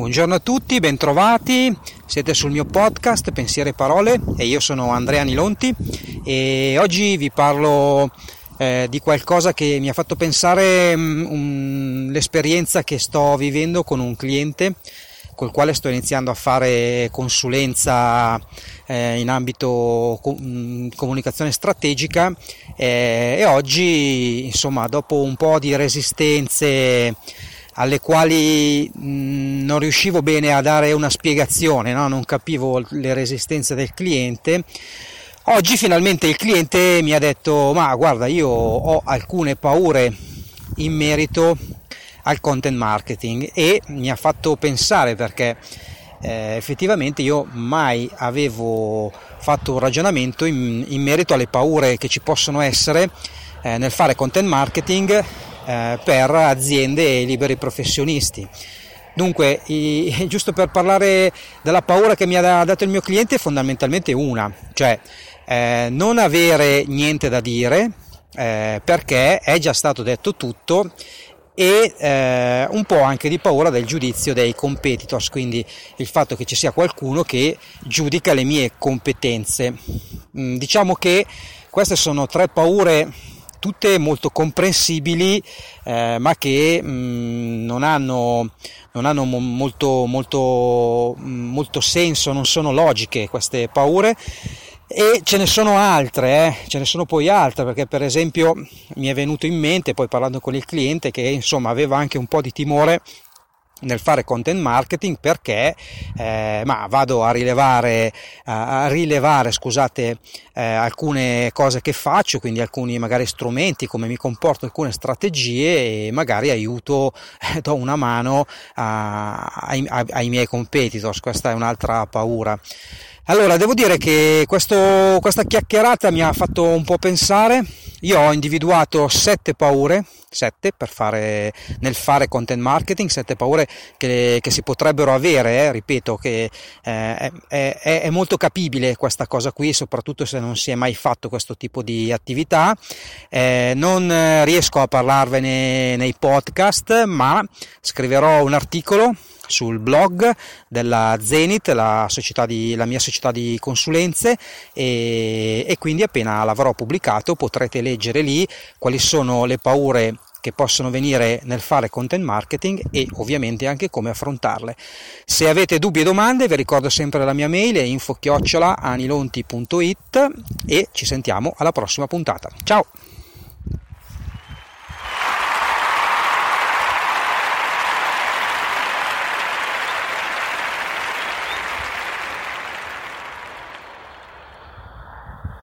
Buongiorno a tutti, bentrovati, siete sul mio podcast Pensieri e Parole e io sono Andrea Nilonti e oggi vi parlo di qualcosa che mi ha fatto pensare l'esperienza che sto vivendo con un cliente col quale sto iniziando a fare consulenza in ambito comunicazione strategica e oggi, insomma, dopo un po' di resistenze alle quali non riuscivo bene a dare una spiegazione, no? Non capivo le resistenze del cliente. Oggi finalmente il cliente mi ha detto: ma guarda, io ho alcune paure in merito al content marketing, e mi ha fatto pensare perché effettivamente io mai avevo fatto un ragionamento in merito alle paure che ci possono essere nel fare content marketing per aziende e liberi professionisti. Dunque, giusto per parlare della paura che mi ha dato il mio cliente, fondamentalmente una, cioè non avere niente da dire perché è già stato detto tutto, e un po' anche di paura del giudizio dei competitors, quindi il fatto che ci sia qualcuno che giudica le mie competenze. Diciamo che queste sono tre paure tutte molto comprensibili, ma che non hanno molto senso, non sono logiche queste paure. E ce ne sono altre, ce ne sono poi altre, perché per esempio mi è venuto in mente, poi parlando con il cliente, che insomma aveva anche un po' di timore nel fare content marketing perché vado a rilevare alcune cose che faccio, quindi alcuni magari strumenti, come mi comporto, alcune strategie, e magari do una mano ai miei competitors. Questa è un'altra paura. Allora, devo dire che questa chiacchierata mi ha fatto un po' pensare. Io ho individuato 7 paure, nel fare content marketing, 7 paure che si potrebbero avere, ripeto che è molto capibile questa cosa qui, soprattutto se non si è mai fatto questo tipo di attività. Non riesco a parlarvene nei podcast, ma scriverò un articolo sul blog della Zenith, la mia società di consulenze, e quindi appena l'avrò pubblicato potrete leggere lì quali sono le paure che possono venire nel fare content marketing e ovviamente anche come affrontarle. Se avete dubbi e domande, vi ricordo sempre la mia mail è info@anilonti.it e ci sentiamo alla prossima puntata. Ciao!